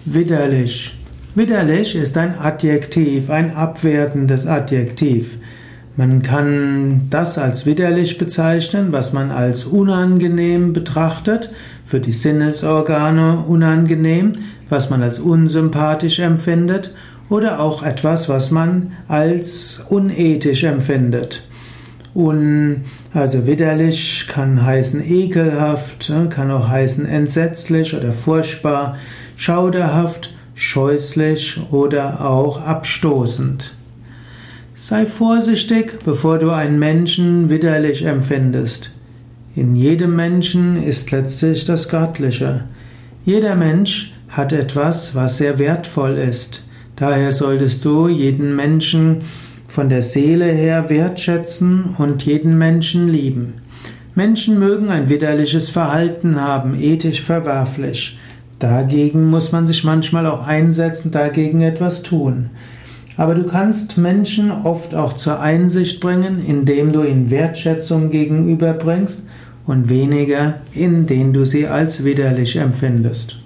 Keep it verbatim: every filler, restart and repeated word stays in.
Widerlich. Widerlich ist ein Adjektiv, ein abwertendes Adjektiv. Man kann das als widerlich bezeichnen, was man als unangenehm betrachtet, für die Sinnesorgane unangenehm, was man als unsympathisch empfindet oder auch etwas, was man als unethisch empfindet. Und also widerlich kann heißen ekelhaft, kann auch heißen entsetzlich oder furchtbar, schauderhaft, scheußlich oder auch abstoßend. Sei vorsichtig, bevor du einen Menschen widerlich empfindest. In jedem Menschen ist letztlich das Göttliche. Jeder Mensch hat etwas, was sehr wertvoll ist. Daher solltest du jeden Menschen von der Seele her wertschätzen und jeden Menschen lieben. Menschen mögen ein widerliches Verhalten haben, ethisch verwerflich. Dagegen muss man sich manchmal auch einsetzen, dagegen etwas tun. Aber du kannst Menschen oft auch zur Einsicht bringen, indem du ihnen Wertschätzung gegenüberbringst und weniger, indem du sie als widerlich empfindest.